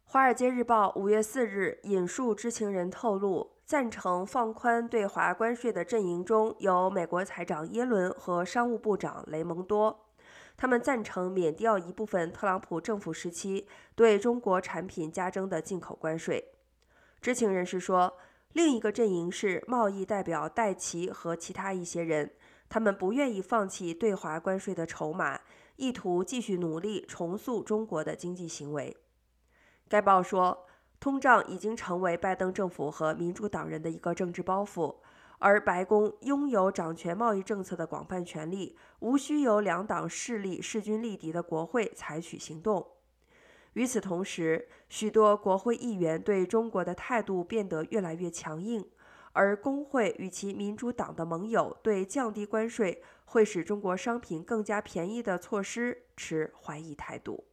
华尔街日报5月4日引述知情人透露，赞成放宽对华关税的阵营中有美国财长耶伦和商务部长雷蒙多。他们赞成免掉一部分特朗普政府时期对中国产品加征的进口关税。知情人士说，另一个阵营是贸易代表戴奇和其他一些人，他们不愿意放弃对华关税的筹码，意图继续努力重塑中国的经济行为。该报说，通胀已经成为拜登政府和民主党人的一个政治包袱，而白宫拥有掌权贸易政策的广泛权力，无需由两党势力势均力敌的国会采取行动。与此同时，许多国会议员对中国的态度变得越来越强硬，而工会与其民主党的盟友对降低关税会使中国商品更加便宜的措施持怀疑态度。